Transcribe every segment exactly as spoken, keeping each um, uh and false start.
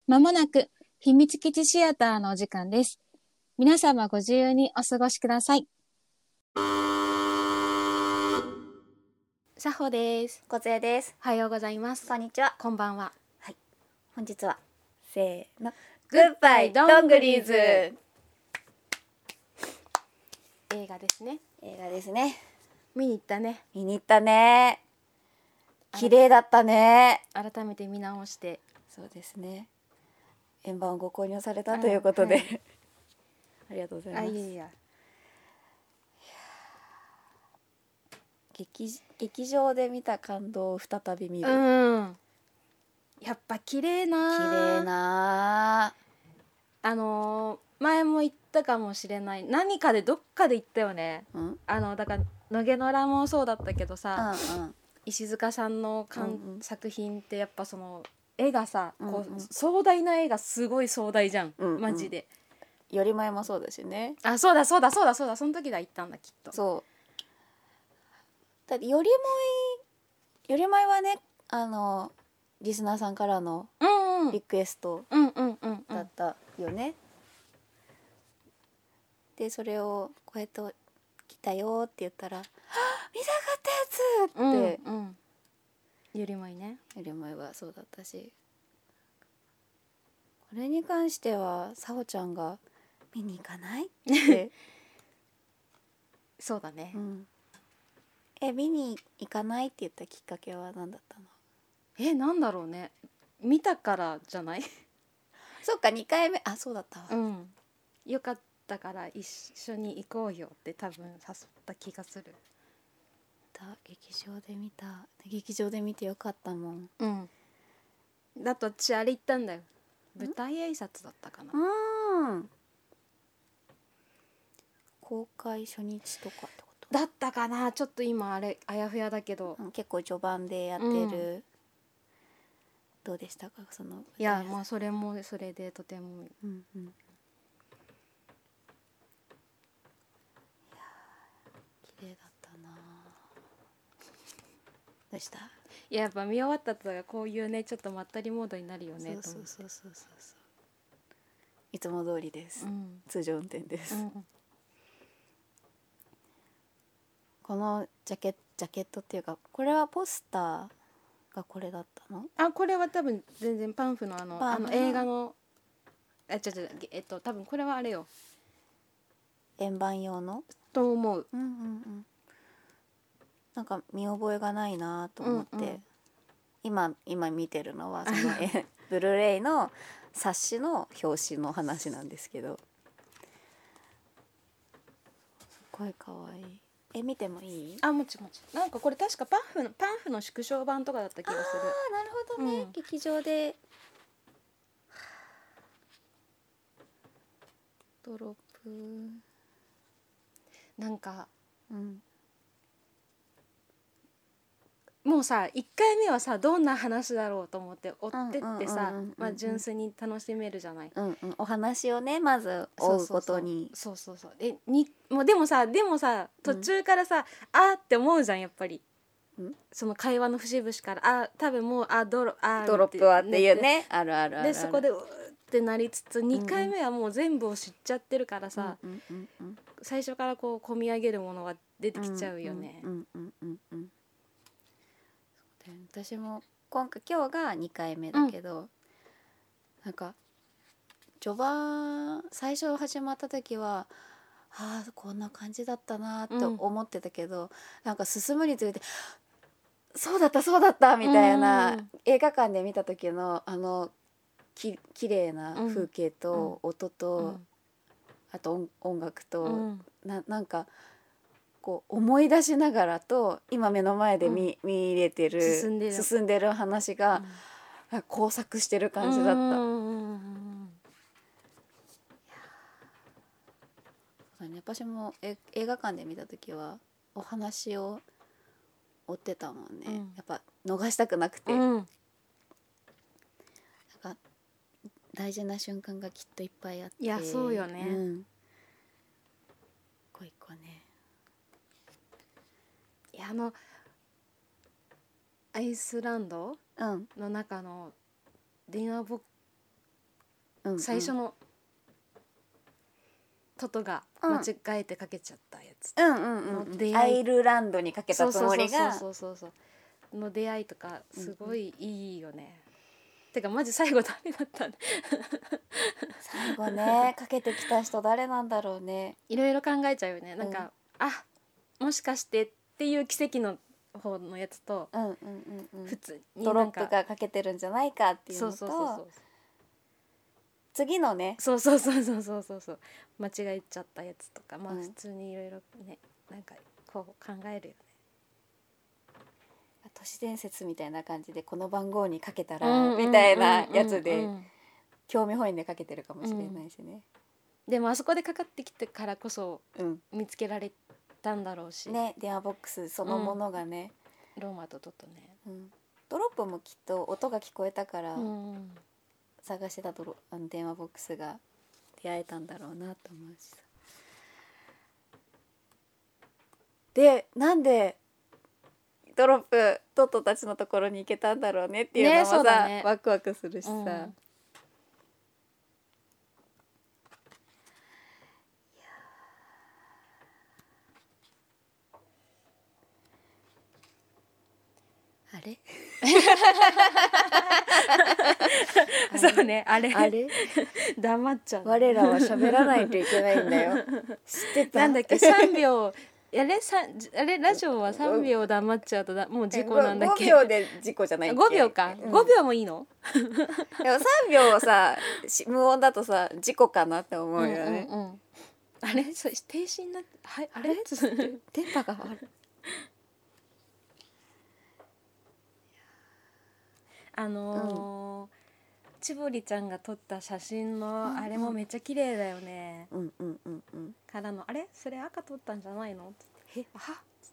まもなく秘密基地シアターのお時間です。皆様ご自由にお過ごしください。さほです。 こつえです。 おはようございます。 こんにちは。 こんばんは。 はい。本日はせーの、 グッバイどんぐりーず映映画ですね。 画ですね。 見に行ったね。 見に行ったね。綺麗だったね。 改めて見直して。 そうですね。円盤をご購入されたということで、 はい、 ありがとうございます。 あ、いやいや。 劇劇場で見た感動を再び見る。 うん。やっぱ綺麗な。 綺麗な。 あのー、前も言ったかもしれない。何かでどっかで言ったよね。 うん。 あのだから野毛のらもそうだったけどさ、 うんうん。 石塚さんのかん、 うんうん、 作品ってやっぱその絵がさ、こう、 うんうん、 壮大な絵がすごい壮大じゃん、 うんうん、 マジで。 より前もそうだしね。 あ、そうだそうだそうだそうだ、その時だ言ったんだきっと。 そうだってよりもいより前はね、あのリスナーさんからのリクエストだったよね。でそれをこうやって来たよって言ったら、はっ見たかったやつって、 うんうん、よりもいね。 より前はそうだったし、これに関してはさほちゃんが見に行かないってそうだね、 うん、え見に行かないって言ったきっかけは何だったの？ え、なんだろうね、見たからじゃない？ そっか、にかいめ、あ、そうだったわ、 うん、よかったから一緒に行こうよって多分誘った気がする。 劇場で見た劇場で見てよかったもん。 うん。だと私あれ行ったんだよ、舞台挨拶だったかな。 うん、公開初日とかってことだったかな、ちょっと今あれあやふやだけど、 うん、結構序盤でやってる、うん、どうでしたかその？ いや、まあそれもそれでとても、 うんうん、いや綺麗だったな。どうした？ いや、やっぱ見終わったとがこういうね、ちょっとまったりモードになるよね。 そうそうそうそうそうそう、いつも通りです、うん、通常運転です、うん、このジャケジャケットっていうか、これはポスターがこれだったの？ あ、これは多分全然パンフのあのあの映画の、あ、違う違う、えっと多分これはあれよ、 円盤用のと思う。 うんうんうん。なんか見覚えがないなと思って、うんうん、今今見てるのはそのブルーレイの冊子の表紙の話なんですけど、すごい可愛い。え、見てもいい？ あ、もちもち。なんかこれ確かパンフのパンフの縮小版とかだった気がする。 ああ、なるほどね、うん、劇場でドロップなんか、 うん、 もうさいっかいめはさどんな話だろうと思って追ってってさ、まあ純粋に楽しめるじゃない、 うんうん、お話をねまず追うことに、 そうそうそう、えにもうでもさでもさ途中からさ、うん、あーって思うじゃんやっぱり、うん、その会話の節々からあ多分もうあドロあドロップはっていうね、あるあるあるあるでそこでうーってなりつつにかいめはもう全部を知っちゃってるからさ、うんうんうんうん、最初からこう込み上げるものが出てきちゃうよね。 うんうんうんうん、私も今回今日がにかいめだけど、うん、なんか序盤最初始まった時はああこんな感じだったなって思ってたけど、うん、なんか進むにつれてそうだったそうだったみたいな、うん、映画館で見た時のあのき綺麗な風景と音と、うん、あと 音, 音楽と、うん、な, なんかこう思い出しながらと今目の前で 見,、うん、見れてる進んでる、進んでる話が、うん、交錯してる感じだった。うんうんうん、私もえ映画館で見た時はお話を追ってたもんね、うん、やっぱ逃したくなくて、うん、なんか大事な瞬間がきっといっぱいあって、 いやそうよね、うん、 一個一個ね。 いやあのアイスランドの中の電話ボッうんうん、 最初のトトが間違えてかけちゃったやつ、 うんうんうん、 出会いアイルランドにかけたつもりがそうそうそうそうそうの出会いとかすごいいいよね、うんうん、てかマジ最後誰だったん最後ねかけてきた人誰なんだろうね。 いろいろ考えちゃうよね。なんか、うん、あもしかしてっていう奇跡の方のやつと、 うんうんうんうん、 普通にドロップがかけてるんじゃないかっていうのと、そうそうそうそう、次のねそうそうそうそうそうそうそう間違えちゃったやつとか、まあ普通にいろいろね、うん、なんかこう考えるよね。 都市伝説みたいな感じでこの番号にかけたらみたいなやつで興味本位でかけてるかもしれないしね、 うん、でもあそこでかかってきてからこそ見つけられたんだろうし、 うん、ね電話ボックスそのものがね、 うん、ローマとトトね、 うん、ドロップもきっと音が聞こえたから、 うん、 探してたドロあの電話ボックスが出会えたんだろうなと思うしさ。でなんでドロップトトたちのところに行けたんだろうねっていうのもさ、ねね、ワクワクするしさ、うん、いやあれそうねあれあれ黙っちゃう、 我らは喋らないといけないんだよ知ってた。 なんだっけさんびょうあれさあれラジオはさんびょう黙っちゃうとだもう事故なんだっけ。 ごびょうで事故じゃないっけ。 ごびょうか、うん、ごびょうもいいのでもさんびょうさ無音だとさ事故かなって思うよね、うんうんうん、 あれそ停止になってはいあれ電波が悪いあのーうん、千堀ちゃんが撮った写真のあれもめっちゃ綺麗だよね、 うんうんうんうん、 からのあれそれ赤撮ったんじゃないのってえあっ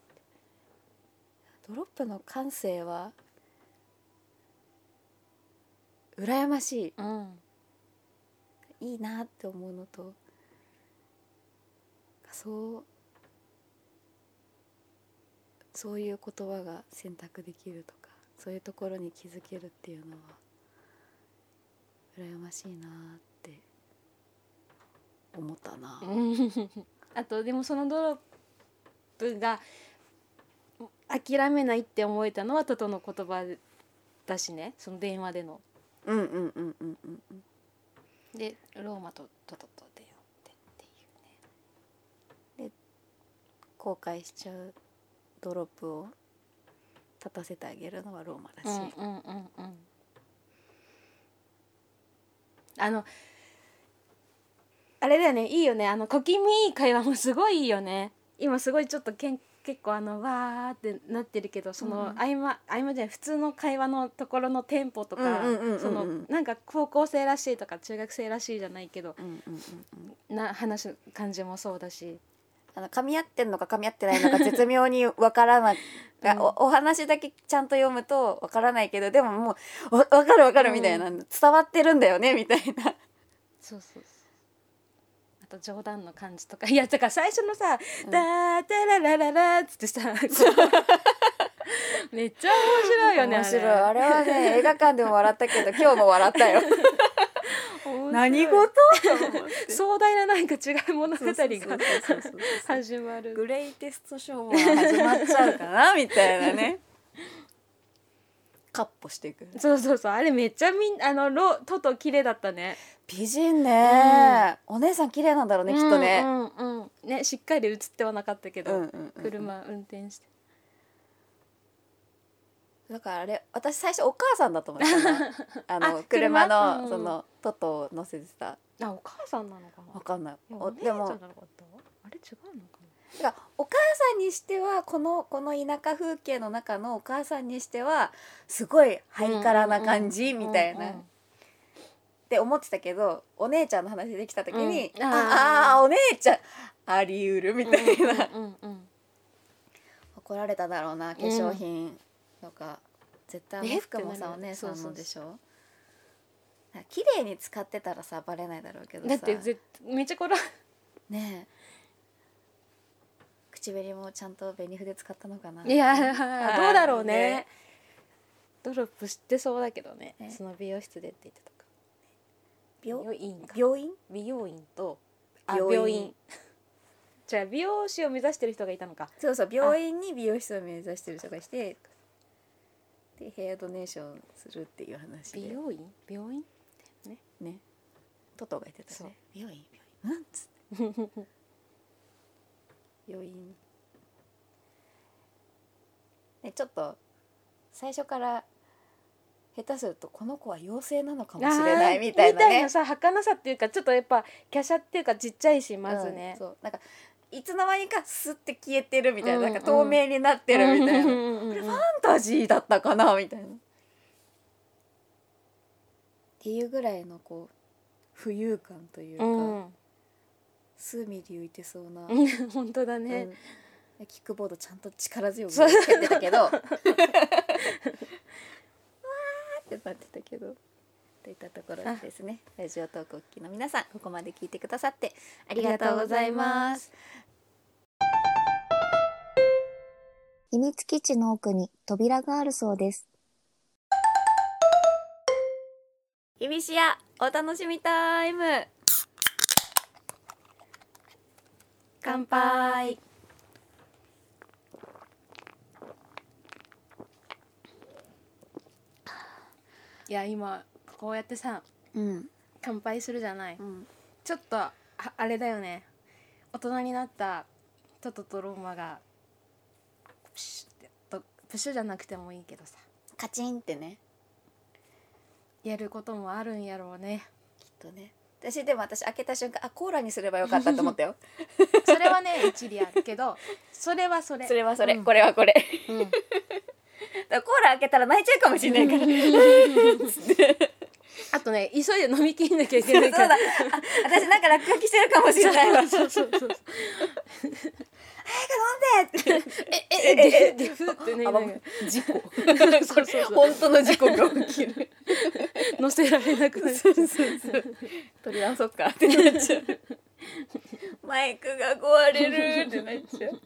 ドロップの感性は羨ましい、うん、いいなって思うのとそうそういう言葉が選択できるとかそういうところに気づけるっていうのは羨ましいなって思ったなあとでもそのドロップが諦めないって思えたのはトトの言葉だしね、その電話でのうんうんうんうんうんうんでローマとトトと出会ってっていうねで後悔しちゃうドロップを立たせてあげるのはローマだし、うんうんうんうん、 あのあれだよねいいよねあの小気味いい会話もすごいいいよね。今すごいちょっとけん結構あのわーってなってるけどその合間合間じゃない普通の会話のところのテンポとかそのなんか高校生らしいとか中学生らしいじゃないけど、うんうんうんうん、な話す感じもそうだしあの噛み合ってんのか噛み合ってないのか絶妙に分からない、うん、お, お話だけちゃんと読むと分からないけどでももう分かる分かるみたいな、うん、伝わってるんだよねみたいなそうそうそうあと冗談の感じとかいやだから最初のさ「うん、ダータララララ」っつってさめっちゃ面白いよね。 面白いあれはね映画館でも笑ったけど今日も笑ったよ何事壮大ななんか違う物語が始まるグレイテストショーが始まっちゃうかなみたいなねカッポしていくそうそうそうあれめっちゃみんあのロトト綺麗だったね美人ね、うん、お姉さん綺麗なんだろうね、うん、きっとね、 うんうんうん、ねしっかり映ってはなかったけど、うんうんうんうん、車運転してだからあれ私最初お母さんだと思ったあのあ車の、うん、そのトトを乗せてたあお母さんなのかな分かんないおでもあれ違うのかなだからお母さんにしてはこのこの田舎風景の中のお母さんにしてはすごいハイカラな感じみたいな、うんうんうん、って思ってたけどお姉ちゃんの話できた時に、うん、ああお姉ちゃんあり得るみたいな、うんうんうん、怒られただろうな化粧品とか、うん、絶対あの服もさお姉さんのでしょ綺麗に使ってたらさバレないだろうけどさだってぜめっちゃこらねえ口紅もちゃんと紅筆使ったのかな。 いやどうだろうね、ねドロップ知ってそうだけどね、ねその美容室でって言ってたか、 美美容院か病院美容院とあ病院病院じゃあ美容師を目指してる人がいたのか。 そうそう病院に美容室を目指してる人がいてでヘアドネーションするっていう話で美容院病院ねねトトが言ってたね美容院病院うんっつって病院ねちょっと最初から下手するとこの子は妖精なのかもしれないみたいなねみたいなさ儚さっていうかちょっとやっぱ華奢っていうかちっちゃいしまずね、 うん、そうなんかいつの間にかスッて消えてるみたいな、 うんうん、 なんか透明になってるみたいな、 うんうんうんうん、 これファンタジーだったかなみたいなっていうぐらいのこう浮遊感というか、 うん、 数ミリ浮いてそうな、 本当だね、 うん、キックボードちゃんと力強くやってたけどわーってなってたけどといったところですね。ラジオトークお聞きの皆さん、ここまで聞いてくださってありがとうございます。 秘密基地の奥に扉があるそうです。 ひびしやお楽しみタイム。乾杯。 いや今こうやってさ、 うん、 乾杯するじゃない、 うん、 ちょっと あ, あれだよね、大人になったトトとローマがプシュってとプシュじゃなくてもいいけどさカチンってねやることもあるんやろうねきっとね。私でも私開けた瞬間あコーラにすればよかったと思ったよそれはね一理あるけどそれはそれそれはそれ、 うん、 これはこれ、うん、だからコーラ開けたら泣いちゃうかもしれないからあとね急いで飲みきんなきゃいけないからそうだあ私なんか落書きしてるかもしれないわそうそうそうそう早く飲んでってええええでふってね事故そうそうそう本当の事故が起きる乗せられなくなっちゃうそうそうそう取り直そうかってなっちゃうマイクが壊れるってなっちゃう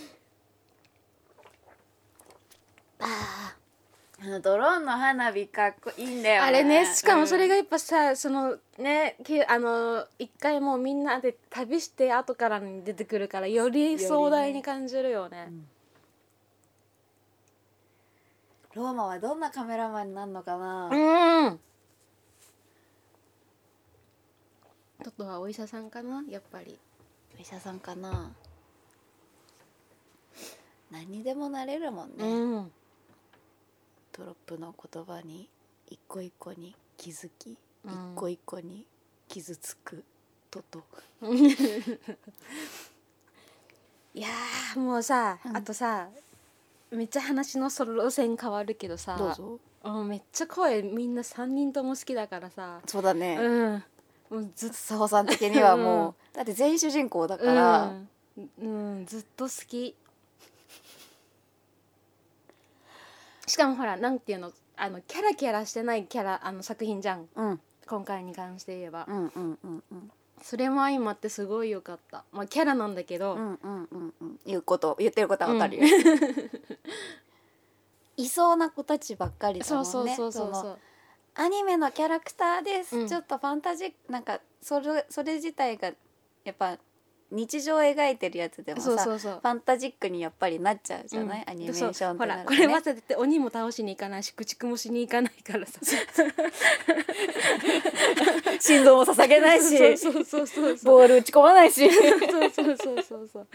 ああのドローンの花火かっこいいんだよね。 あれねしかもそれがやっぱさ、うん、そのねあの一回もうみんなで旅して後からに出てくるからより壮大に感じるよね、 うん、ローマはどんなカメラマンになるのかな。 うんトトはお医者さんかなやっぱり。 お医者さんかな。何にでもなれるもんね、 うん、 ドロップの言葉に一個一個に気づき、 うん、 一個一個に傷つくトトいやーもうさ、 うん、 あとさめっちゃ話の路線変わるけどさどうぞ。 うんめっちゃ声みんなさんにんとも好きだからさ。 そうだね、 うんもうずっと佐保さん的にはもう、うん、だって全員主人公だから、 うんうん、ずっと好き。しかもほらなんていうのあのキャラキャラしてないキャラあの作品じゃん、 うん、 今回に関して言えば、 うんうんうんうん、 それも相まってすごい良かった。まあキャラなんだけど、 うんうんうんうん、言うこと言ってることはわかるよ、うん、いそうな子たちばっかりだもんね。 そうそうそうそうそうアニメのキャラクターです、 うん、 ちょっとファンタジーなんかそれそれ自体がやっぱ日常を描いてるやつでもさそうそうそうファンタジックにやっぱりなっちゃうじゃない、うん、アニメーションってなるとね。 ほらこれませて鬼も倒しに行かないし駆逐もしに行かないからさ心臓も捧げないしそうそうそうそうボール打ち込まないしそうそうそうそうそう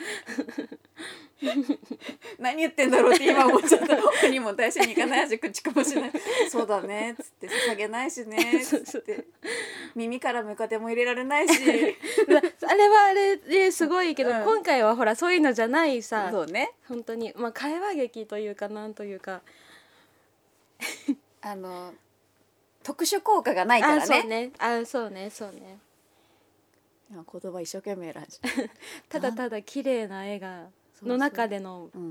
何言ってんだろうって今思っちゃった鬼も倒しに行かないし駆逐もしないそうだねっつって捧げないしねっつって耳からムカデも入れられないしあれはあれですごいけど、うん、今回はほらそういうのじゃないさそうね本当にまあ会話劇というかなんというかあの特殊効果がないからね。 あそうねあそうねそうね言葉一生懸命選んじゃただただ綺麗な絵がの中でのそうそう、うん、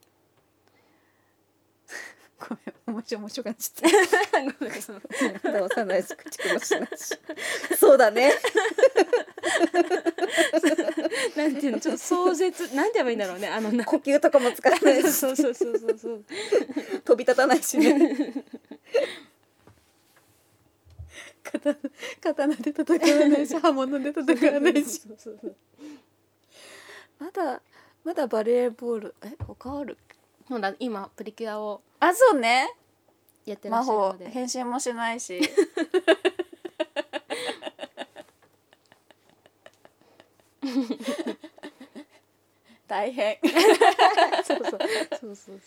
ごめん面白面白くなっちゃったごめん倒さないし口もしないしそうだねなんていうのちょっと壮絶なんて言えばいいんだろうねあの呼吸とかも使わないしそうそうそうそうそう飛び立たないしね刀で戦わないし刃物で戦わないしそうそうそうまだまだバレーボールえ他あるほら今プリキュアをあそうねやってらっ魔法しゃるので変身もしないし大変そうそうそうそうそう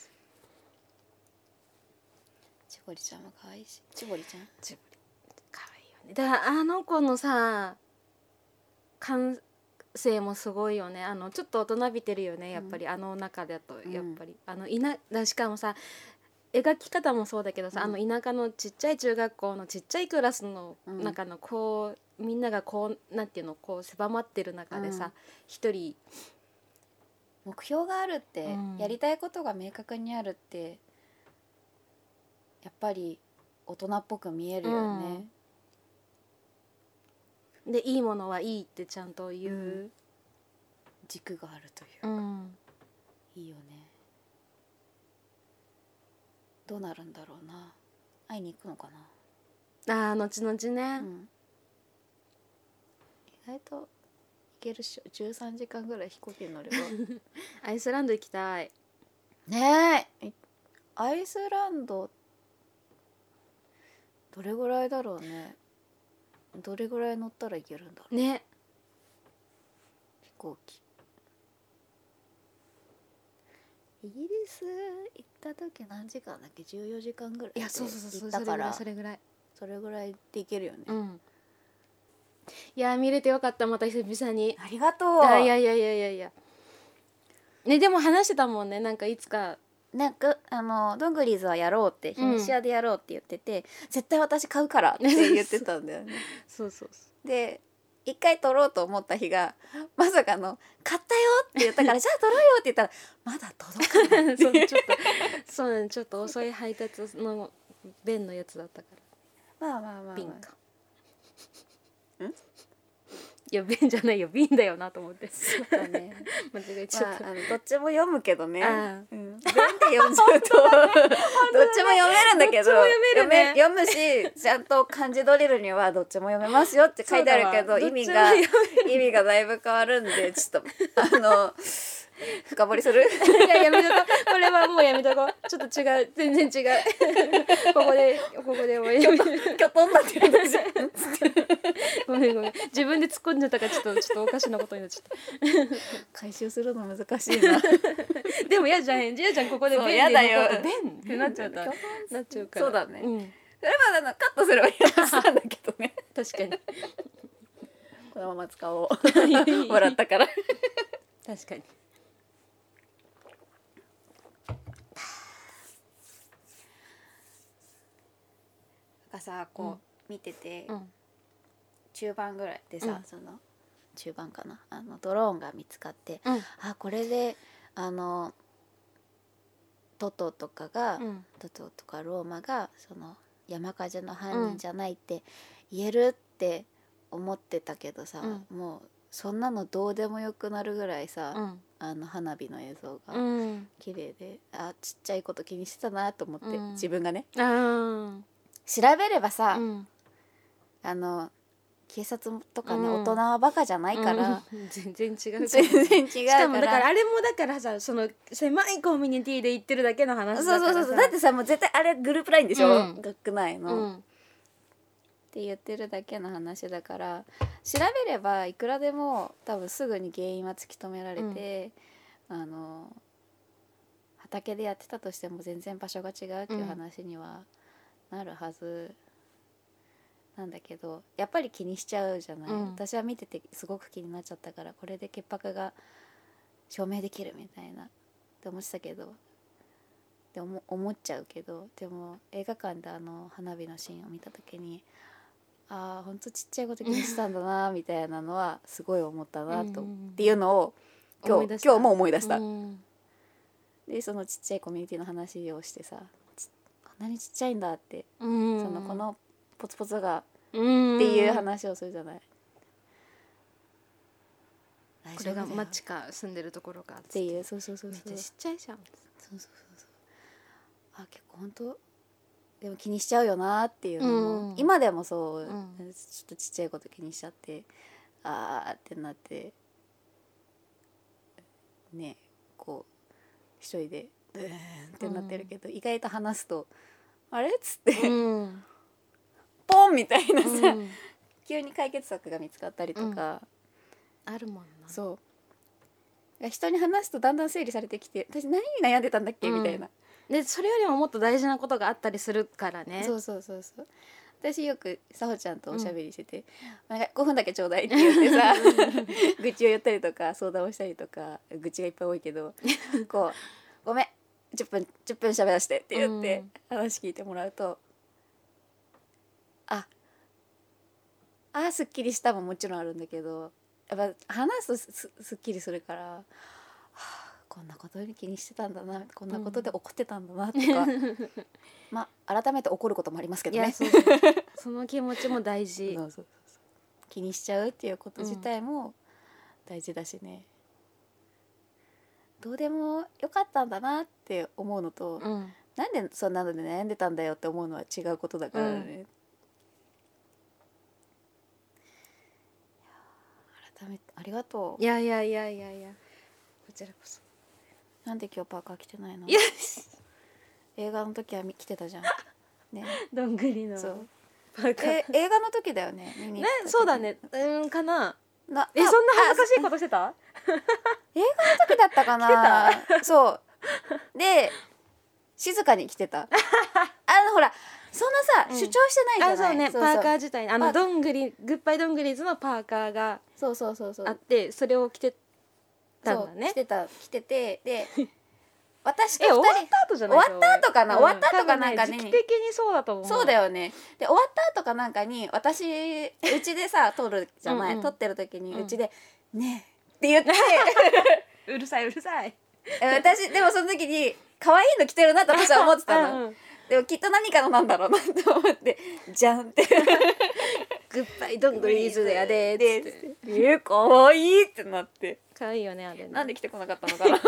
ちぼりちゃんも可愛いしちぼりちゃんジブリ可愛いよね。だからあの子のさ感性もすごいよね。あのちょっと大人びてるよねやっぱり、あの中だとやっぱり、あのいなだしかもさ描き方もそうだけどさ、 うんあの田舎のちっちゃい中学校のちっちゃいクラスの中のこう、みんながこうなんていうのこう狭まってる中でさうん一、人目標があるって、 うんやりたいことが明確にあるってやっぱり大人っぽく見えるよね、 でいいものはいいってちゃんと言う、 軸があるというか、 うんいいよね。どうなるんだろうな。会いに行くのかな。 ああ後々ね、 うん、意外と行けるっしょ。じゅうさんじかんぐらい飛行機に乗ればアイスランド行きたい。 ねえいアイスランドどれぐらいだろうね。どれぐらい乗ったら行けるんだろう、 ね飛行機。イギリス行った時何時間だっけ。じゅうよじかんぐらいでいやそうそうそう行ったからそれぐらいそれぐらいで行けるよね、 それぐらい、うんいや見れてよかった。また久々に。 ありがとう。 あいやいやいやいやいやね。でも話してたもんね、なんかいつかなんかあのドングリーズはやろうってフィニッシャーでやろうって言ってて、絶対私買うからって言ってたんだよねそうそうそで一回撮ろうと思った日がまさかの「買ったよ」って言ったから「じゃあ撮ろうよ」って言ったら「まだ届かない」 うそうちょっとそうねちょっと遅い配達の便のやつだったかまあまあまあ、まあ、 ら瓶かんいや便じゃないよ瓶だよなと思ってそうだね間違えちゃまあ、 った、 あのどっちも読むけどね、 あうん、弁で読んじゃうとどっちも読めるんだけどどっちも読めるね読め読むしちゃんと漢字ドリルにはどっちも読めますよって書いてあるけどそうだわ意味がどっちも意味がだいぶ変わるんでちょっとあの深掘りするいややめとこうこれはもうやめとこうちょっと違う全然違うここでここでもうやめきょとんだって言うんですよごめんごめん自分で突っ込んじゃったからちょっとちょっとおかしなことになっちゃった回収するの難しいなでも嫌じゃん嫌じゃんここでそう便嫌だよで残って便ってなっちゃったきょとんなっちゃうからそうだね、 ん、 それまでのカットすればいい話なんだけどね確かにこのまま使おうもらったから確かにがさこう、見てて、 うん中盤ぐらいでさ、 うんその中盤かなあのドローンが見つかってうんあこれであのトトとかが、 うんトトとかローマがその山火事の犯人じゃないって言えるって思ってたけどさ、 うんもうそんなのどうでもよくなるぐらいさ、 うんあの花火の映像がうん綺麗で、あちっちゃいこと気にしてたなと思って、 うん自分がねあー調べればさ、 うんあの警察とかね、 うん大人はバカじゃないから、 うん全然違うから全然違うからしかもだからあれもだからさその狭いコミュニティで言ってるだけの話だそうからさそうそうそうだってさもう絶対あれグループラインでしょ、 うん学内の、 うんって言ってるだけの話だから調べればいくらでも多分すぐに原因は突き止められて、あの畑でやってたとしても全然場所が違うっていう話にはなるはずなんだけど、やっぱり気にしちゃうじゃない、 うん私は見ててすごく気になっちゃったからこれで潔白が証明できるみたいなって思ってたけどって思思っちゃうけど、でも映画館であの花火のシーンを見た時にああほんとちっちゃいこと気にしてたんだなみたいなのはすごい思ったなと、 うんっていうのを今日思い出した今日も思い出した、 うんでそのちっちゃいコミュニティの話をしてさちこんなにちっちゃいんだって、 うんそのこのポツポツがうんっていう話をするじゃない、大これが丈夫だよ町か住んでるところかっつっていうそうそうそうめっそうちゃちっちゃいじゃんそうそうそうそうあ結構本当でも気にしちゃうよなっていうのも、 うん今でもそう、 うん、 ちょっとちっちゃいこと気にしちゃってあーってなってねこう一人でうーんってなってるけど、意外と話すとあれっつって、 うん、 ポンみたいなさ、 うん、 急に解決策が見つかったりとか、 あるもんな。 そう人に話すとだんだん整理されてきて私何に悩んでたんだっけ、 うんみたいな。 でそれよりももっと大事なことがあったりするからね。 そうそうそうそう。私よくさほちゃんとおしゃべりしてて、うん、お願いごふんだけちょうだいって言ってさ愚痴を言ったりとか相談をしたりとか愚痴がいっぱい多いけどこうごめんじゅっぷんじゅっぷん喋らせてって言って話聞いてもらうと、うん、ああすっきりしたももちろんあるんだけどやっぱ話すと す, すっきりするから、はあ、こんなことに気にしてたんだなこんなことで怒ってたんだなとか、うん、まあ改めて怒ることもありますけどね。 いやそうそうその気持ちも大事そうそうそう気にしちゃうっていうこと自体も大事だしね、うん、どうでもよかったんだなって思うのと、うん、なんでそんなので悩んでたんだよって思うのは違うことだからね、うん改めてありがとう。 いやいやいやいやいやこちらこそ。 なんで今日パーカー着てないの？ いや映画の時は着てたじゃんね。 どんぐりのそうパーカーえ映画の時だよね。 ねそうだねうんかななえそんな恥ずかしいことしてた？ 映画の時だったかなそうで静かに着てたあのほらそんなさ、うん、主張してないじゃない。 あそうねそうそうパーカー自体あのどんぐりグッバイどんぐりずのパーカーがそうそうそうそうあってそれを着てたんだね。 着てた着ててで私とえふたり終わった後じゃない終わった後かな、うん、終わった後かなんかね時期的にそうだと思う。そうだよね。で終わった後かなんかに私うちでさ撮るじゃない、うんうん、撮ってる時にうちで、うん、ねえって言ってうるさいうるさい私でもその時に可愛いの着てるなと私は思ってたのうん、うん、でもきっと何かのなんだろうなと思ってじゃんってグッバイどんぐりーズやでーってえー、かわいいってなってかわいいよねあれね。 なんで来てこなかったのかな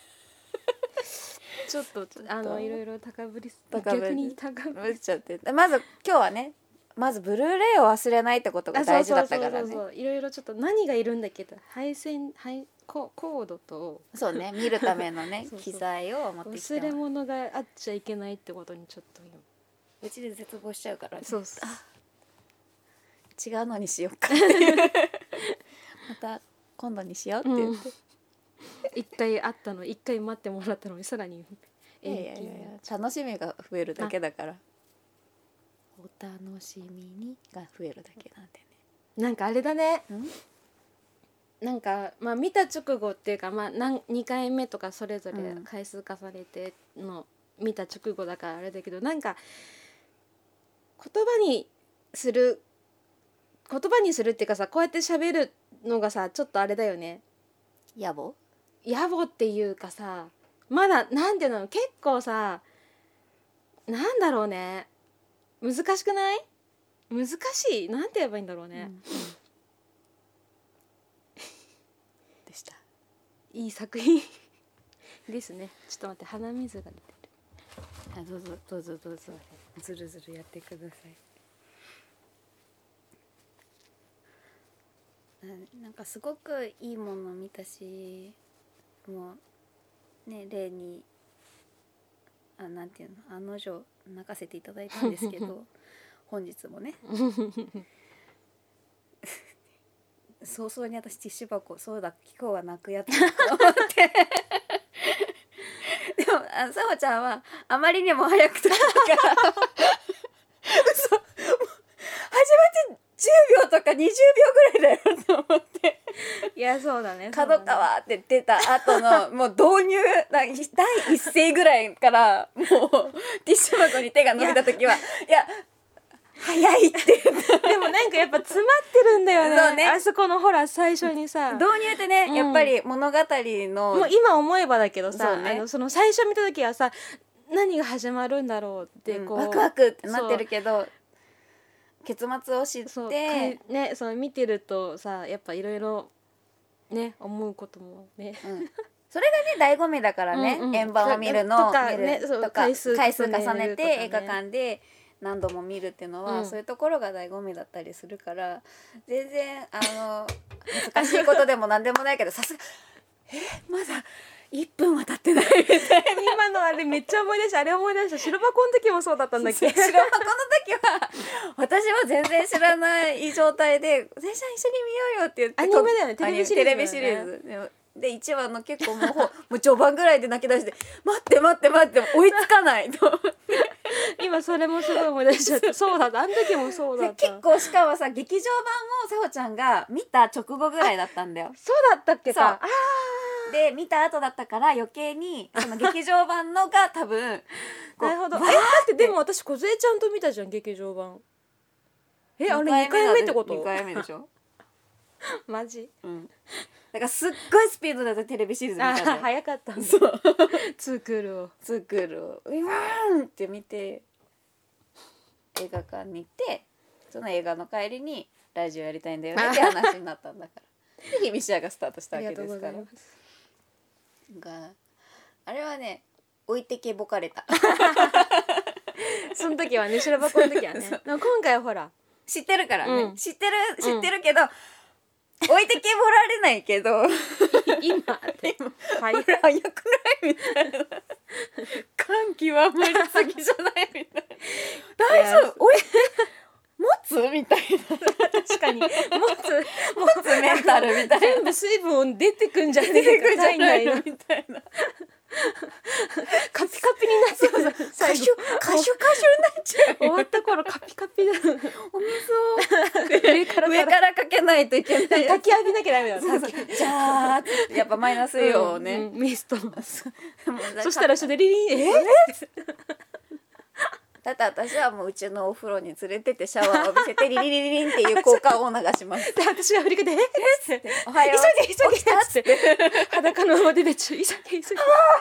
ちょっとあのいろいろ高ぶり高ぶり逆に高ぶりっちゃってまず今日はねまずブルーレイを忘れないってことが大事だったからね。 いろいろちょっと何がいるんだっけど配線配コードとそうね見るためのねそうそう機材を持ってきて忘れ物があっちゃいけないってことにちょっと今うちで絶望しちゃうから、ね、 そうそう違うのにしようかっていうまた今度にしようって言って、うん一回会ったの一回待ってもらったのにさらに延期。いやいやいや楽しみが増えるだけだからお楽しみにが増えるだけなんでね。 なんかあれだねなんかまあ見た直後っていうかまあ何にかいめとかそれぞれ回数重ねての見た直後だからあれだけどなんか言葉にする言葉にするっていうかさこうやって喋るのがさちょっとあれだよね。 野暮野暮っていうかさまだなんていうの結構さなんだろうね難しくない？難しいなんて言えばいいんだろうね、うん、 でした。 いい作品ですね。ちょっと待って鼻水が出てる。 あどうぞどうぞどうぞずるずるやってください。なんかすごくいいものを見たしもうね例にあなんていうの案の定泣かせていただいたんですけど本日もね早々に私ティッシュ箱そうだ今日は泣くやつだと思ってでもあのさほちゃんはあまりにも早く撮ったから嘘もう始まってじゅうびょうとかにじゅうびょうぐらいだよと思っていやそうだね角川って出た後のもう導入第一声ぐらいからもうティッシュ箱に手が伸びた時はいや早いってでもなんかやっぱ詰まってるんだよね。 そうねあそこのほら最初にさ導入ってね、うん、やっぱり物語のもう今思えばだけどさ、 ね、 あのその最初見た時はさ何が始まるんだろうってこう、 うん、ワクワクってなってるけど結末を知ってそうねその見てるとさやっぱいろいろね思うこともね、 うん、 それがね醍醐味だからね、 うんうん、 円盤を見るのとか見るね、そうとか回数回数重ね重ねるとかねて映画館で何度も見るっていうのは、 うんそういうところが醍醐味だったりするから、全然あの恥ずかしいことでも何でもないけどさすがえまだいっぷんは経ってないみたいな今のあれめっちゃ思い出した。あれ思い出した。白箱の時もそうだったんだっけ。 白箱の時は私は全然知らない状態で「お姉ちゃん一緒に見ようよ」って言ってアニメだよね、テレビシリーズだよね。 テレビシリーズででいちわの結構もうほもう序盤ぐらいで泣き出して「待って待って待って追いつかない」と今それもすごい思い出しちゃった。そうだった、あの時もそうだった。 結構しかもさ劇場版をさほちゃんが見た直後ぐらいだったんだよ。 そうだったっけか。あで見た後だったから余計にその劇場版のが多分こうなるほど。えわーだってでも私梢ちゃんと見たじゃん劇場版。えあれにかいめってことにかいめでしょマジ。 うんだからすっごいスピードでテレビシリーズ見たんだよ。 あ早かったんだ。 そうツークールをツークールをうわーんって見て映画館に行ってその映画の帰りにラジオやりたいんだよねって話になったんだからで日比シアがスタートしたわけですから。があれはね置いてけぼかれたその時はね白箱の時はね。でも今回はほら知ってるからね、 うん、 知ってる知ってるけど、うん、置いてけぼられないけど今って早くないみたいな感極まりすぎじゃないみたいな大丈夫置いて持つみたいな確かに持つ持つメンタルみたいな全部水分出てくんじゃねえかじゃないのみたいなカピカピになってそうそうカシュカシュカシュになっちゃう終わった頃カピカピだお水を上から上からかけないといけない炊き浴びなきゃダメだそうそうじゃあやっぱマイナスイオンをね、 うんうん、ミストそそしたら一緒でリリンえだって私はもううちのお風呂に連れてってシャワーを浴びせてリリリリリンっていう効果音を流しますで私が振り返って「えっ?」って 「おはよう急いで急いで」っつって裸のまま出てちゅ急いで急いで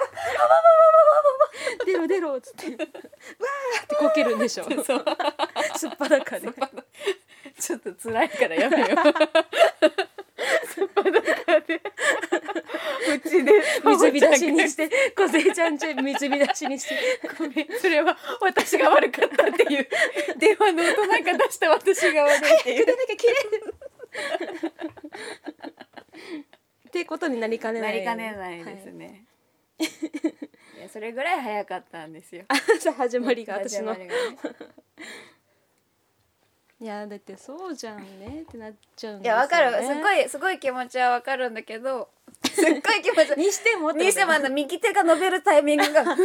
出ろ出ろっつってわーってこけるんでしょそうすっぱだかでちょっと辛いからやめようすっぱだかでうちで水浸しにして梢ちゃんち水浸しにしてごめんそれは私が悪かったっていう電話の音なんか出した私が悪いっていう出なきゃ綺麗ってことになりかねないなりかねないですね、はい、いやそれぐらい早かったんですよ始まりが私の始まりがねいやだってそうじゃんねってなっちゃうんですよね。 いやわかるすごいすごい気持ちはわかるんだけどすっごい気持ちにしてもにしてもあの右手が伸びるタイミングがまだ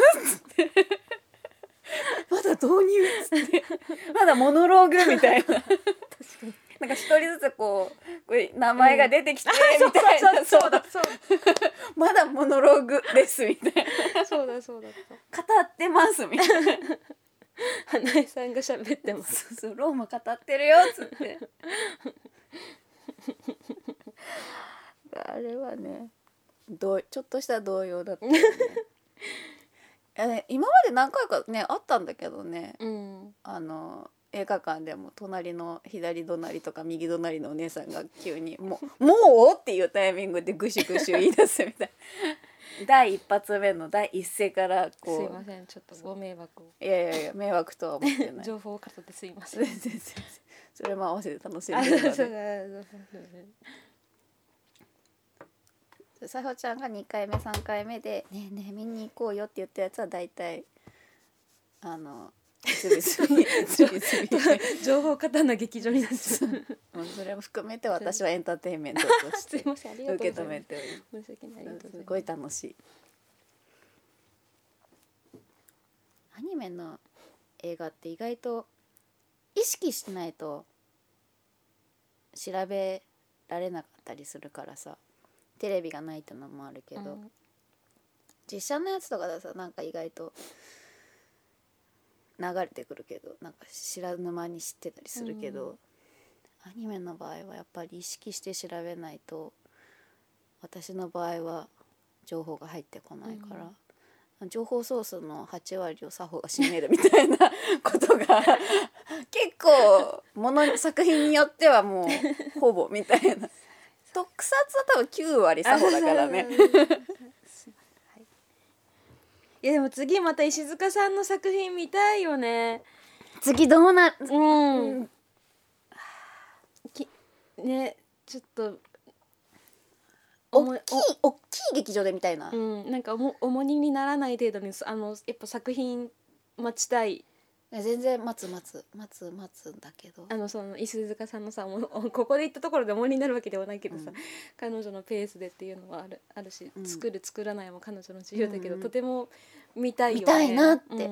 導入っつってまだモノローグみたいな確かになんか一人ずつこうこれ名前が出てきて、うん、みたいなそうだそうだまだモノローグですみたいなそうだそうだ語ってますみたいな花江さんが喋ってますそうそうローマ語ってるよっつってあれはねどちょっとした動揺だったよねえ今まで何回かねあったんだけどね、 うん、あの映画館でも隣の左隣とか右隣のお姉さんが急にもう「もう?」っていうタイミングでグシュグシュ言い出すみたいな第一発目の第一声からこうすいませんちょっとご迷惑をいやいやいや迷惑とは思ってない情報を語ってすいません全然全然それも合わせて楽しんでるのでさほちゃんがにかいめさんかいめで「ねえねえ見に行こうよ」って言ったやつは大体あのすびすびすびすび情報過多な劇場になっちゃうもうそれも含めて私はエンターテインメントとして受け止めておりすごい楽しいアニメの映画って意外と意識しないと調べられなかったりするからさテレビがないってのもあるけど、うん、実写のやつとかだとなんか意外と流れてくるけどなんか知らぬ間に知ってたりするけど、うん、アニメの場合はやっぱり意識して調べないと私の場合は情報が入ってこないから、うん、情報ソースのはち割を作法が占めるみたいなことが結構もの作品によってはもうほぼみたいな特撮は多分きゅう割作法だからねいやでも次また石塚さんの作品見たいよね。 次どうなる、 うん、 うん、 きねちょっと大きい大きい劇場で見たいな、 うん、なんか重荷にならない程度にあのやっぱ作品待ちたい。 全然待つ待つ待つ待つんだけど、 あのその石塚さんのさもうここで行ったところで重荷になるわけではないけどさ、うん、彼女のペースでっていうのはあるあるし、うん、作る作らないも彼女の自由だけど、うん、とても見たいよね。 見たいなって、うん、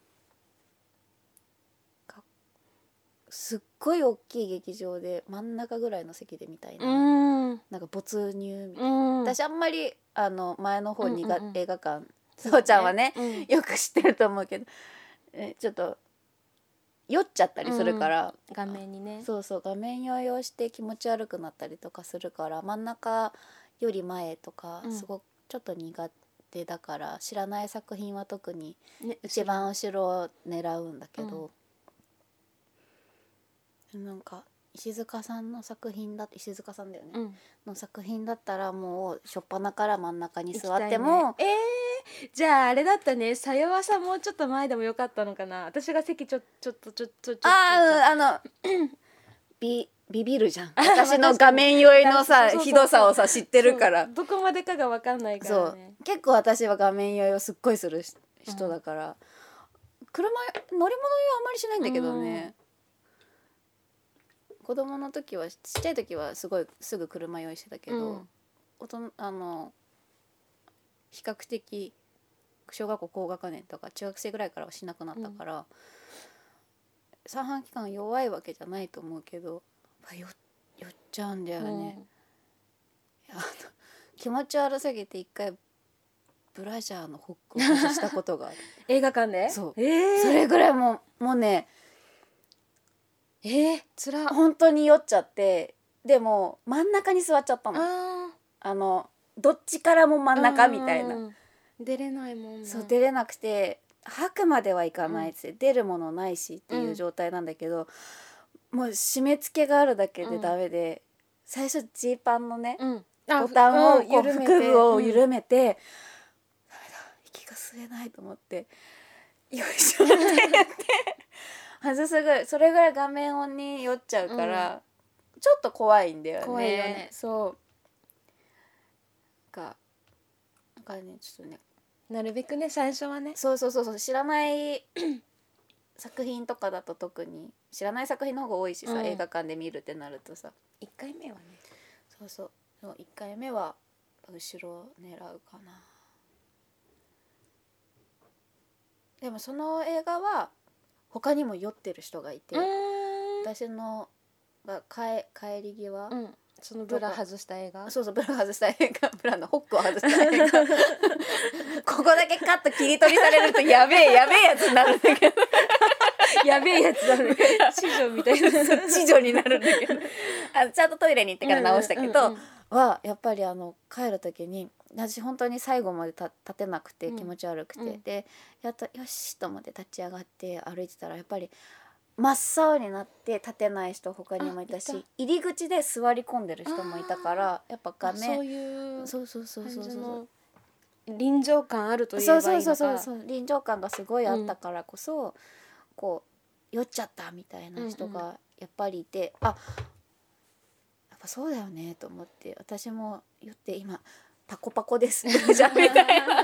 すっごい大きい劇場で真ん中ぐらいの席で見たいな、うん、なんか没入みたいな、うん、私あんまりあの前の方にが、うんうんうん、映画館そうちゃんはね、うん、よく知ってると思うけどえちょっと酔っちゃったりするから、 うん、画面にねそうそう画面酔いをして気持ち悪くなったりとかするから真ん中より前とかすごくちょっと苦手だから、うん、知らない作品は特に一番後ろを狙うんだけど、うん、なんか石塚さんの作品だ石塚さんだよね、うん、の作品だったらもう初っ端から真ん中に座っても、 ね、えー、じゃああれだったねさよわさもうちょっと前でもよかったのかな。私が席ちょちょっとちょっとちょっとああのビビビるじゃん私の画面酔いのさひどさをさ知ってるからどこまでかが分かんないからね。 そう結構私は画面酔いをすっごいする人だから、うん、車乗り物酔いはあんまりしないんだけどね、うん、子供の時はちっちゃい時はすごいすぐ車酔いしてたけど、うん、おとあの比較的小学校高学年とか中学生ぐらいからはしなくなったから、うん、三半規管弱いわけじゃないと思うけど酔っちゃうんだよね、うん、いやあの気持ち悪すぎて一回ブラジャーのホックを外したことがある映画館でそう、えー、それぐらいもう、もうねえー、つら本当に酔っちゃってでも真ん中に座っちゃったの あ, あのどっちからも真ん中みたいな、うん、 出れないもんなそう出れなくて吐くまではいかないって、うん、出るものないしっていう状態なんだけど、うん、もう締め付けがあるだけでダメで、うん、最初ジーパンのね、うん、ボタンをこう腹部を緩めて、うん、ダメだ息が吸えないと思ってよいしょって言って外すぐらいそれぐらい画面音に酔っちゃうから、うん、ちょっと怖いんだよね。 怖いよね。 そうかなんかねちょっとねなるべくね最初はねそうそうそうそう知らない作品とかだと特に知らない作品の方が多いしさ、うん、映画館で見るってなるとさいっかいめはねそうそういっかいめは後ろを狙うかな。でもその映画は他にも酔ってる人がいて私のが帰帰り際、 うん、そのブラ外した映画そうそうブラ外した映画ブラのホックを外した映画ここだけカット切り取りされるとやべえやべえやつになるんだけどやべえやつだね知女みたいな知女になるんだけどあちゃんとトイレに行ってから直したけど、うんうんうんうん、はやっぱりあの帰る時に私本当に最後まで立てなくて気持ち悪くて、うん、でやっとよしと思って立ち上がって歩いてたらやっぱり真っ青になって立てない人他にもいたし入り口で座り込んでる人もいたからやっぱ画面そういうそうそうそうそうそう臨場感あると言えばいいのかそうそうそうそう臨場感がすごいあったからこそ、うん、こう酔っちゃったみたいな人がやっぱりいて、うんうん、あやっぱそうだよねと思って私も酔って今パコパコですじゃみたいな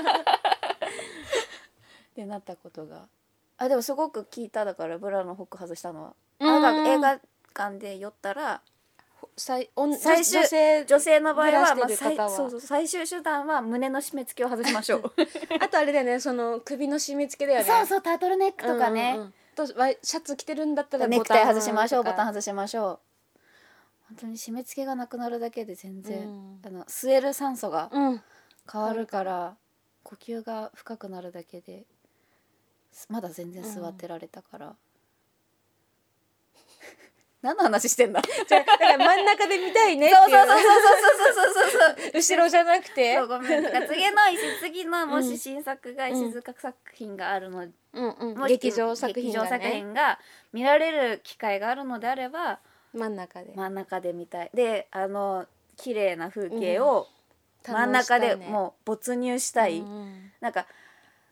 ってなったことがあでもすごく聞いただからブラのホック外したのはあ映画館で酔ったら最最終女性、女性の場合は、まあ、最そうそう最終手段は胸の締め付けを外しましょうあとあれだよねその首の締め付けだよねそうそうタートルネックとかね、うんうんうん、 とシャツ着てるんだったらネクタイ外しましょうボタン外しましょう本当に締め付けがなくなるだけで全然、うん、あの吸える酸素が変わるから、うん、呼吸が深くなるだけでまだ全然座ってられたから、うん、何の話してんだじゃだから真ん中で見たいねっていうそうそうそうそうそうそうそう後ろじゃなくてそうごめん次の次のもし新作が石塚作品があるの、 うんうん、劇場作品が、ね、 劇場作品が見られる機会があるのであれば真ん中で真ん中で見たいであの綺麗な風景を真ん中でもう没入したい、うん、なんか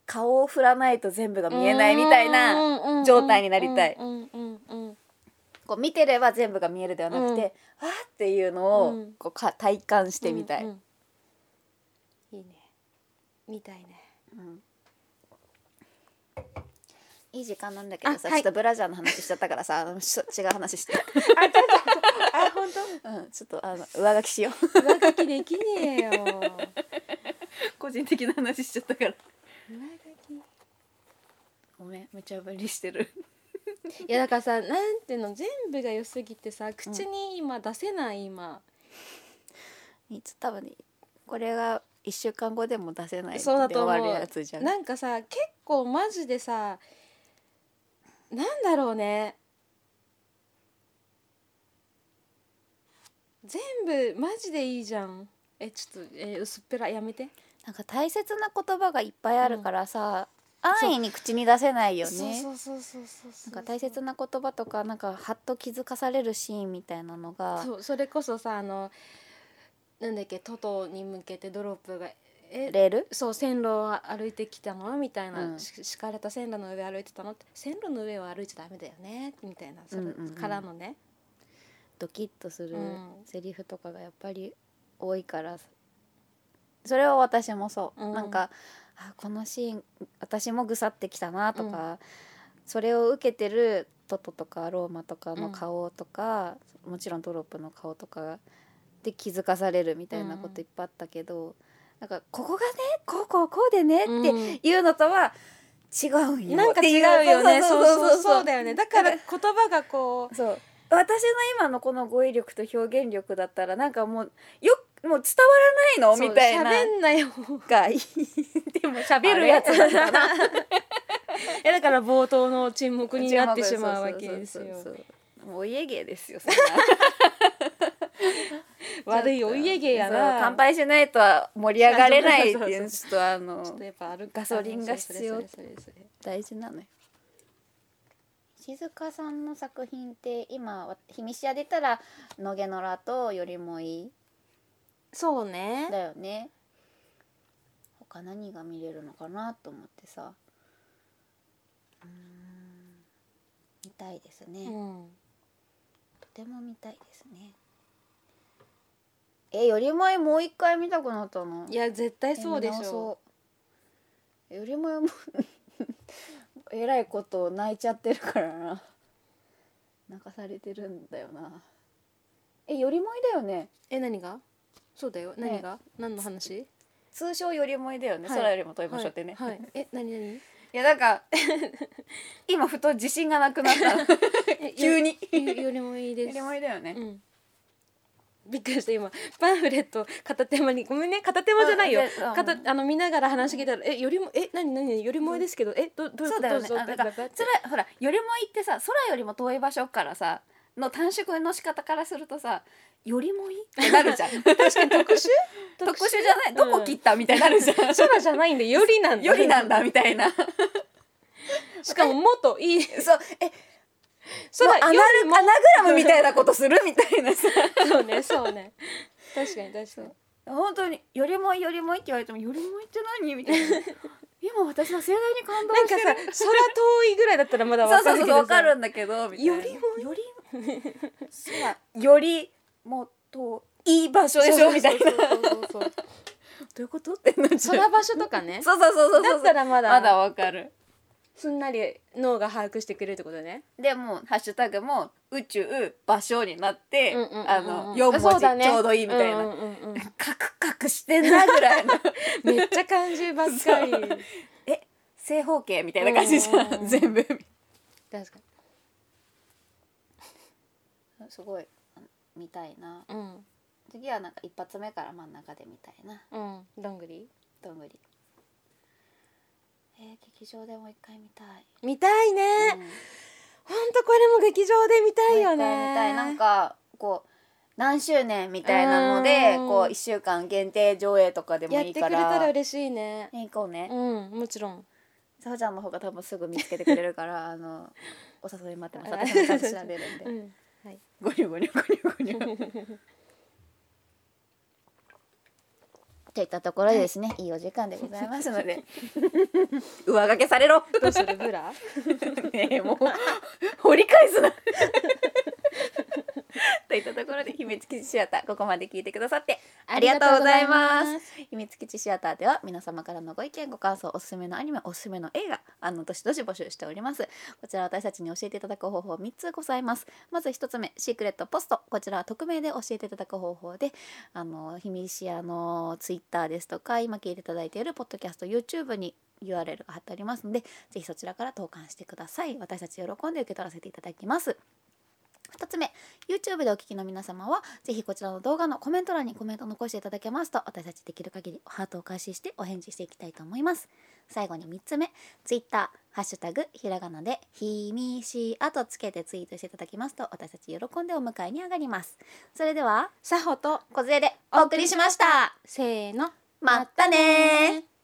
顔を振らないと全部が見えないみたいな状態になりたい。こう見てれば全部が見えるではなくて、うん、わーっていうのをこうか体感してみたい、うんうん、 いいね、見たいね、うん、 いい時間なんだけどさ、はい、ちょっとブラジャーの話しちゃったからさ、違う話してあ、 あ、本当、 うん、ちょっとあの上書きしよう。上書きできねえよ個人的な話しちゃったから。 上書きごめん、めちゃぶりしてるいやだからさ、なんていうの、全部が良すぎてさ、口に今出せない、今いつ多分ね、これがいっしゅうかんごでも出せないって終わるやつじゃん。 なんかさ、結構マジでさ、なんだろうね、全部マジでいいじゃん。え、ちょっと、えー、薄っぺらやめて。 なんか大切な言葉がいっぱいあるからさ、うん、安易に口に出せないよね。 そうそうそうそうそう。 なんか大切な言葉とか、なんかハッと気づかされるシーンみたいなのが、 そう、それこそさ、あのなんだっけ、トトに向けてドロップがえレール、 そう、線路を歩いてきたのみたいな、うん、敷かれた線路の上歩いてたのって、線路の上を歩いちゃダメだよねみたいな、それからのね、 ドキッとするセリフとかがやっぱり多いから、それは私もそう、うん、なんかあ、このシーン私もぐさってきたなとか、うん、それを受けてるトトとかローマとかの顔とか、うん、もちろんドロップの顔とかで気づかされるみたいなこといっぱいあったけど、うん、なんかここがね、こうこうこうでねっていうのとは違うんよ、 なんか違うよね。そうそうそうそうだよね。だから言葉がこう、 そう、私の今のこの語彙力と表現力だったらなんかもうよもう伝わらないのみたいな。 喋んなよがいいでも喋るやつだからえ、だから冒頭の沈黙になってしまうわけですよ。 もうお家芸ですよ、そんな悪いお家芸やな。 乾杯しないとは盛り上がれないっていう、ちょっとあのちょっとやっぱあるガソリンが必要、大事なのよ。静香さんの作品って今ひみしやでたら野毛のらとよりもいい、 そうねだよね。他何が見れるのかなと思ってさ、うーん、見たいですね、うん、とても見たいですね。え、よりもいもう一回見たくなったの？ いや絶対そうでしょ。 よりもいもえらいこと泣いちゃってるからな。泣かされてるんだよな。え、よりもいだよね。 え、何が？そうだよ。何が？ね、何の話？ 通称よりもいだよね、はい、空よりも遠い場所ってね、 はいはい、え、何何？いやなんか今ふと自信がなくなった急によりもいいです。 よりもいだよね、うん、 びっくりした今。パンフレット片手間に、ごめんね、片手間じゃないよ、片あの見ながら話聞いたら、え、よりも、え、何何よりもいですけど、え、どどういうこと？そうだよね。 だからそれほらよりもいってさ、空よりも遠い場所からさの短縮の仕方からするとさ、よりもいいってなるじゃん確かに特殊特殊じゃない、どこ切った、うん、みたいになるじゃん空じゃないんでよりなんだよりなんだみたいなしかももっといいそうえ空アナルアナグラムみたいなことするみたいなさそうねそうね、確かに確かに本当によりもいいよりもいいって言われてもよりもいいって何みたいな今私の盛大に感動してる。 なんかさ、空遠いぐらいだったらまだ分かるけどさ、 そうそうそう分かるんだけどみたいな、 よりもより空よりも遠い場所でしょみたいな、どういうことってなっちゃう。 空場所とかねそうそうそうそうだったらまだまだ分かる、 すんなり脳が把握してくれるってことね。 でもハッシュタグも宇宙場所になって、うんうんうんうん、あのよん文字、ね、ちょうどいいみたいな、うんうんうんうん、カクカクしてんなぐらいのめっちゃ漢字ばっかりえ正方形みたいな感じじゃん、うんうんうん、全部確かにすごい見たいな、うん、次はなんか一発目から真ん中で見たいな、 うん、どんぐりどんぐりえー、劇場でもう一回見たい見たいね、うん、ほんとこれも劇場で見たいよね。 見たい、なんかこう何周年みたいなのでこういっしゅうかん限定上映とかでもいいからやってくれたら嬉しいね。 行こうね。 うん、もちろんさほちゃんの方が多分すぐ見つけてくれるからあのお誘い待ってます。私もちゃんと調べるんで、うんはい、ゴニョゴニョゴニョゴニョといったところでですね、はい、いいお時間でございますので上掛けされろどうするブラねえもう掘り返すなといったところで秘密基地シアター、ここまで聞いてくださってありがとうございます。秘密基地シアターでは皆様からのご意見ご感想、おすすめのアニメ、おすすめの映画、あのどしどし募集しております。こちら私たちに教えていただく方法みっつございます。まずひとつめ、シークレットポスト、こちらは匿名で教えていただく方法で、あの秘密シアのツイッターですとか、今聞いていただいているポッドキャスト YouTube にユーアールエル が貼ってありますので、ぜひそちらから投函してください。私たち喜んで受け取らせていただきます。ふたつめ、 YouTube でお聞きの皆様はぜひこちらの動画のコメント欄にコメントを残していただけますと、私たちできる限りハートを開始してお返事していきたいと思います。最後にみっつめ、 Twitter ハッシュタグひらがなでひみしあとつけてツイートしていただきますと、私たち喜んでお迎えに上がります。それではさほと小杖でお送りしました。 せーの、 まったねー。